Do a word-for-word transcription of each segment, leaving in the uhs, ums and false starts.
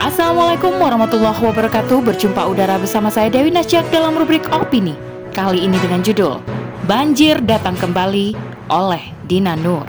Assalamualaikum warahmatullahi wabarakatuh. Berjumpa udara bersama saya Dewi Nasjak dalam rubrik Opini. Kali ini dengan judul Banjir Datang Kembali oleh Dina Nur.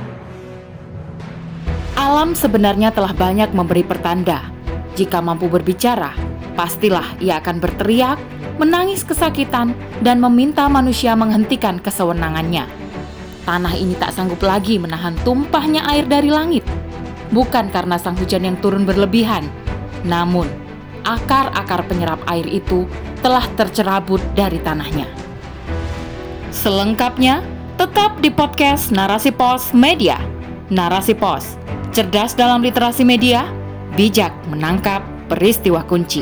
Alam sebenarnya telah banyak memberi pertanda. Jika mampu berbicara, pastilah ia akan berteriak, menangis kesakitan, dan meminta manusia menghentikan kesewenangannya. Tanah ini tak sanggup lagi menahan tumpahnya air dari langit. Bukan karena sang hujan yang turun berlebihan, namun akar-akar penyerap air itu telah tercerabut dari tanahnya. Selengkapnya, tetap di podcast Narasi Pos Media. Narasi Pos, cerdas dalam literasi media, bijak menangkap peristiwa kunci.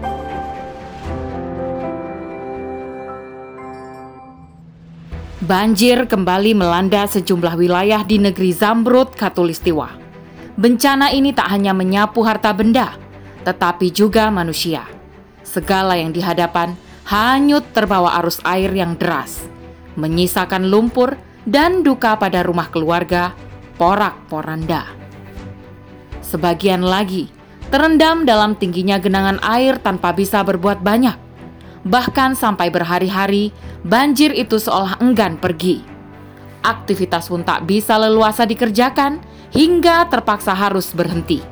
Banjir kembali melanda sejumlah wilayah di negeri Zamrud Khatulistiwa. Bencana ini tak hanya menyapu harta benda, tetapi juga manusia. Segala yang dihadapan hanyut terbawa arus air yang deras, menyisakan lumpur dan duka pada rumah keluarga, porak-poranda. Sebagian lagi terendam dalam tingginya genangan air tanpa bisa berbuat banyak. Bahkan sampai berhari-hari, banjir itu seolah enggan pergi. Aktivitas pun tak bisa leluasa dikerjakan hingga terpaksa harus berhenti.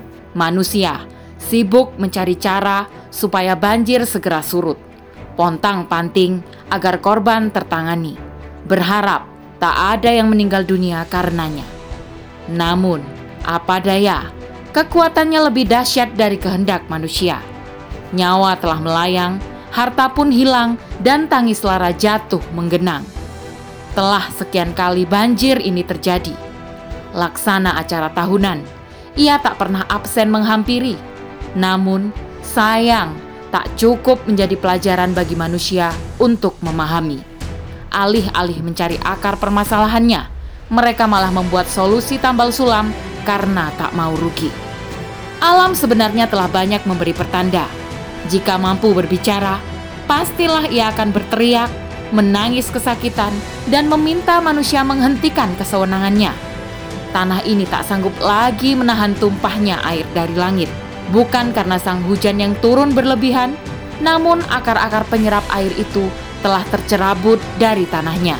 Manusia sibuk mencari cara supaya banjir segera surut, pontang-panting agar korban tertangani, berharap tak ada yang meninggal dunia karenanya. Namun, apa daya, kekuatannya lebih dahsyat dari kehendak manusia. Nyawa telah melayang, harta pun hilang, dan tangis lara jatuh menggenang. Telah sekian kali banjir ini terjadi. Laksana acara tahunan, ia tak pernah absen menghampiri. Namun, sayang, tak cukup menjadi pelajaran bagi manusia untuk memahami. Alih-alih mencari akar permasalahannya, mereka malah membuat solusi tambal sulam karena tak mau rugi. Alam sebenarnya telah banyak memberi pertanda. Jika mampu berbicara, pastilah ia akan berteriak, menangis kesakitan, dan meminta manusia menghentikan kesewenangannya. Tanah ini tak sanggup lagi menahan tumpahnya air dari langit. Bukan karena sang hujan yang turun berlebihan, namun akar-akar penyerap air itu telah tercerabut dari tanahnya.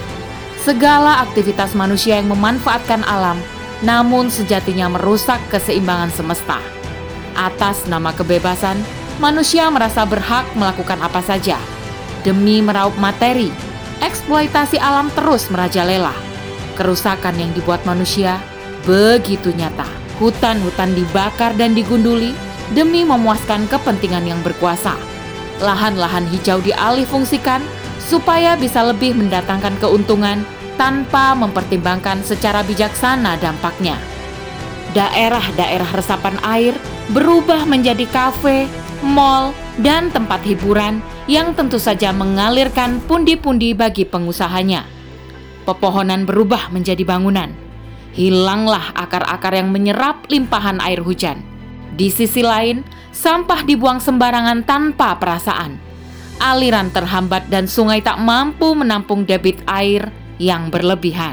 Segala aktivitas manusia yang memanfaatkan alam, namun sejatinya merusak keseimbangan semesta. Atas nama kebebasan, manusia merasa berhak melakukan apa saja. Demi meraup materi, eksploitasi alam terus merajalela. Kerusakan yang dibuat manusia begitu nyata. Hutan-hutan dibakar dan digunduli demi memuaskan kepentingan yang berkuasa. Lahan-lahan hijau dialihfungsikan supaya bisa lebih mendatangkan keuntungan tanpa mempertimbangkan secara bijaksana dampaknya. Daerah-daerah resapan air berubah menjadi kafe, mal, dan tempat hiburan yang tentu saja mengalirkan pundi-pundi bagi pengusahanya. Pepohonan berubah menjadi bangunan. Hilanglah akar-akar yang menyerap limpahan air hujan. Di sisi lain, sampah dibuang sembarangan tanpa perasaan. Aliran terhambat dan sungai tak mampu menampung debit air yang berlebihan.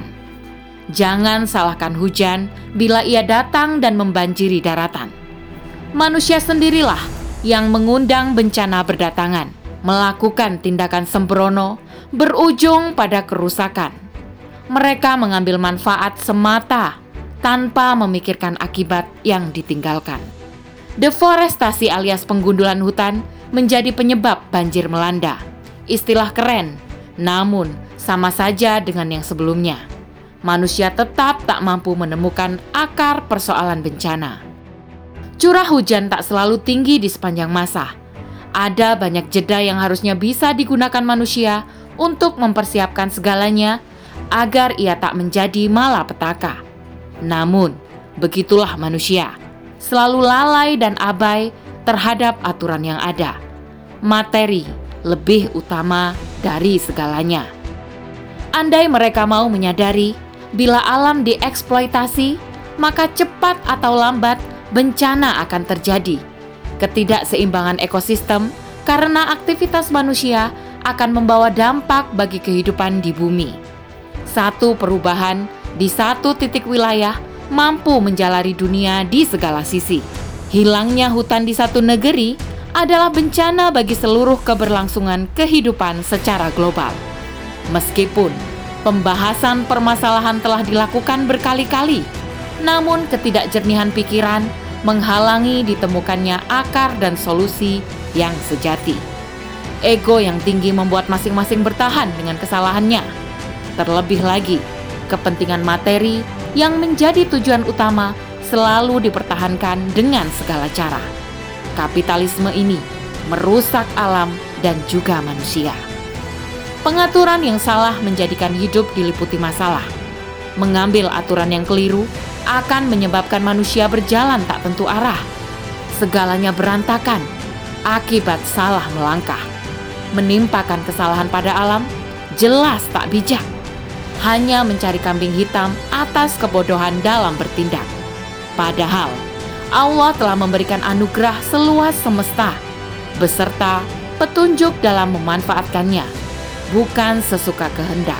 Jangan salahkan hujan bila ia datang dan membanjiri daratan. Manusia sendirilah yang mengundang bencana berdatangan, melakukan tindakan sembrono, berujung pada kerusakan. Mereka mengambil manfaat semata tanpa memikirkan akibat yang ditinggalkan. Deforestasi alias penggundulan hutan menjadi penyebab banjir melanda. Istilah keren, namun sama saja dengan yang sebelumnya. Manusia tetap tak mampu menemukan akar persoalan bencana. Curah hujan tak selalu tinggi di sepanjang masa. Ada banyak jeda yang harusnya bisa digunakan manusia untuk mempersiapkan segalanya agar ia tak menjadi malapetaka. Namun, begitulah manusia, selalu lalai dan abai terhadap aturan yang ada. Materi lebih utama dari segalanya. Andai mereka mau menyadari, bila alam dieksploitasi, maka cepat atau lambat bencana akan terjadi. Ketidakseimbangan ekosistem karena aktivitas manusia akan membawa dampak bagi kehidupan di bumi. Satu perubahan di satu titik wilayah mampu menjalari dunia di segala sisi, Hilangnya hutan di satu negeri adalah bencana bagi seluruh keberlangsungan kehidupan secara global. Meskipun pembahasan permasalahan telah dilakukan berkali-kali, namun ketidakjernihan pikiran menghalangi ditemukannya akar dan solusi yang sejati. Ego yang tinggi membuat masing-masing bertahan dengan kesalahannya. Terlebih lagi, kepentingan materi yang menjadi tujuan utama selalu dipertahankan dengan segala cara. Kapitalisme ini merusak alam dan juga manusia. Pengaturan yang salah menjadikan hidup diliputi masalah. Mengambil aturan yang keliru akan menyebabkan manusia berjalan tak tentu arah. Segalanya berantakan akibat salah melangkah. Menimpakan kesalahan pada alam jelas tak bijak. Hanya mencari kambing hitam atas kebodohan dalam bertindak. Padahal Allah telah memberikan anugerah seluas semesta beserta petunjuk dalam memanfaatkannya, bukan sesuka kehendak.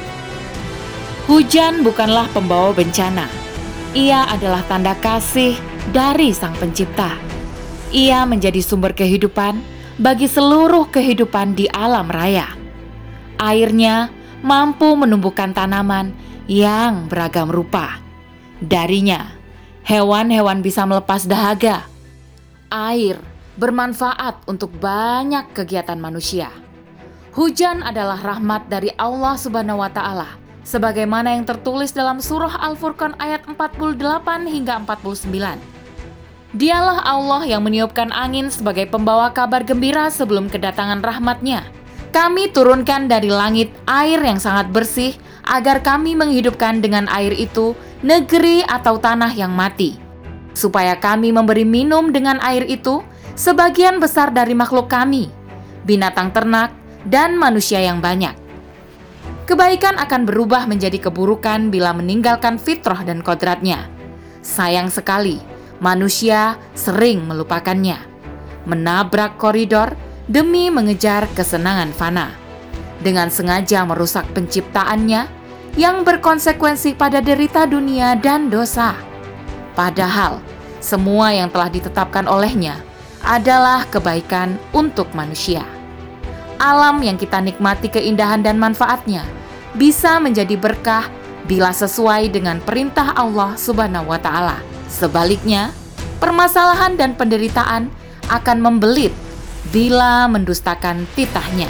Hujan bukanlah pembawa bencana. Ia adalah tanda kasih dari Sang Pencipta. Ia menjadi sumber kehidupan bagi seluruh kehidupan di alam raya. Airnya mampu menumbuhkan tanaman yang beragam rupa. Darinya, hewan-hewan bisa melepas dahaga. Air bermanfaat untuk banyak kegiatan manusia. Hujan adalah rahmat dari Allah Subhanahu wa Ta'ala, sebagaimana yang tertulis dalam surah Al-Furqan ayat empat puluh delapan hingga empat puluh sembilan. Dialah Allah yang meniupkan angin sebagai pembawa kabar gembira sebelum kedatangan rahmat-Nya. Kami turunkan dari langit air yang sangat bersih agar kami menghidupkan dengan air itu negeri atau tanah yang mati, supaya kami memberi minum dengan air itu sebagian besar dari makhluk kami, binatang ternak, dan manusia yang banyak. Kebaikan akan berubah menjadi keburukan bila meninggalkan fitrah dan kodratnya. Sayang sekali, manusia sering melupakannya, menabrak koridor demi mengejar kesenangan fana, dengan sengaja merusak penciptaannya yang berkonsekuensi pada derita dunia dan dosa. Padahal, semua yang telah ditetapkan olehnya adalah kebaikan untuk manusia. Alam yang kita nikmati keindahan dan manfaatnya bisa menjadi berkah bila sesuai dengan perintah Allah Subhanahu wa Ta'ala. Sebaliknya, permasalahan dan penderitaan akan membelit bila mendustakan titahnya.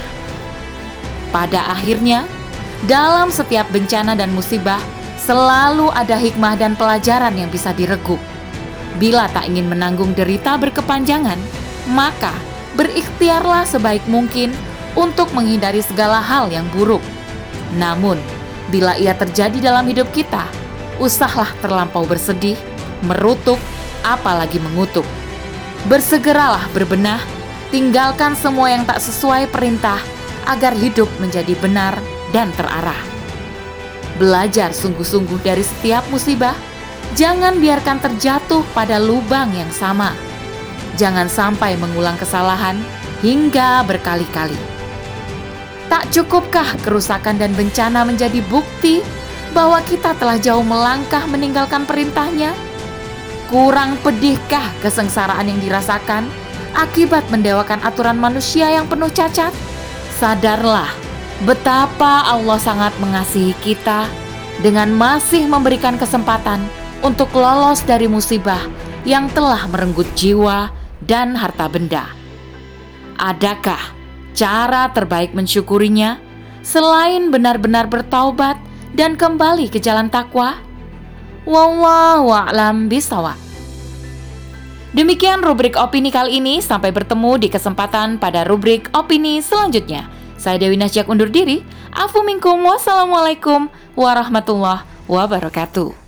Pada akhirnya, dalam setiap bencana dan musibah selalu ada hikmah dan pelajaran yang bisa direguk. Bila tak ingin menanggung derita berkepanjangan, maka berikhtiarlah sebaik mungkin untuk menghindari segala hal yang buruk. Namun, bila ia terjadi dalam hidup kita, usahlah terlampau bersedih, merutuk, apalagi mengutuk. Bersegeralah berbenah, tinggalkan semua yang tak sesuai perintah agar hidup menjadi benar dan terarah. Belajar sungguh-sungguh dari setiap musibah, jangan biarkan terjatuh pada lubang yang sama. Jangan sampai mengulang kesalahan hingga berkali-kali. Tak cukupkah kerusakan dan bencana menjadi bukti bahwa kita telah jauh melangkah meninggalkan perintahnya? Kurang pedihkah kesengsaraan yang dirasakan akibat mendewakan aturan manusia yang penuh cacat? Sadarlah betapa Allah sangat mengasihi kita dengan masih memberikan kesempatan untuk lolos dari musibah yang telah merenggut jiwa dan harta benda. Adakah cara terbaik mensyukurinya selain benar-benar bertaubat dan kembali ke jalan takwa? Wallahu a'lam bishawab. Demikian rubrik opini kali ini. Sampai bertemu di kesempatan pada rubrik opini selanjutnya. Saya Dewi Nasjak undur diri. Afu minkum, wassalamualaikum warahmatullahi wabarakatuh.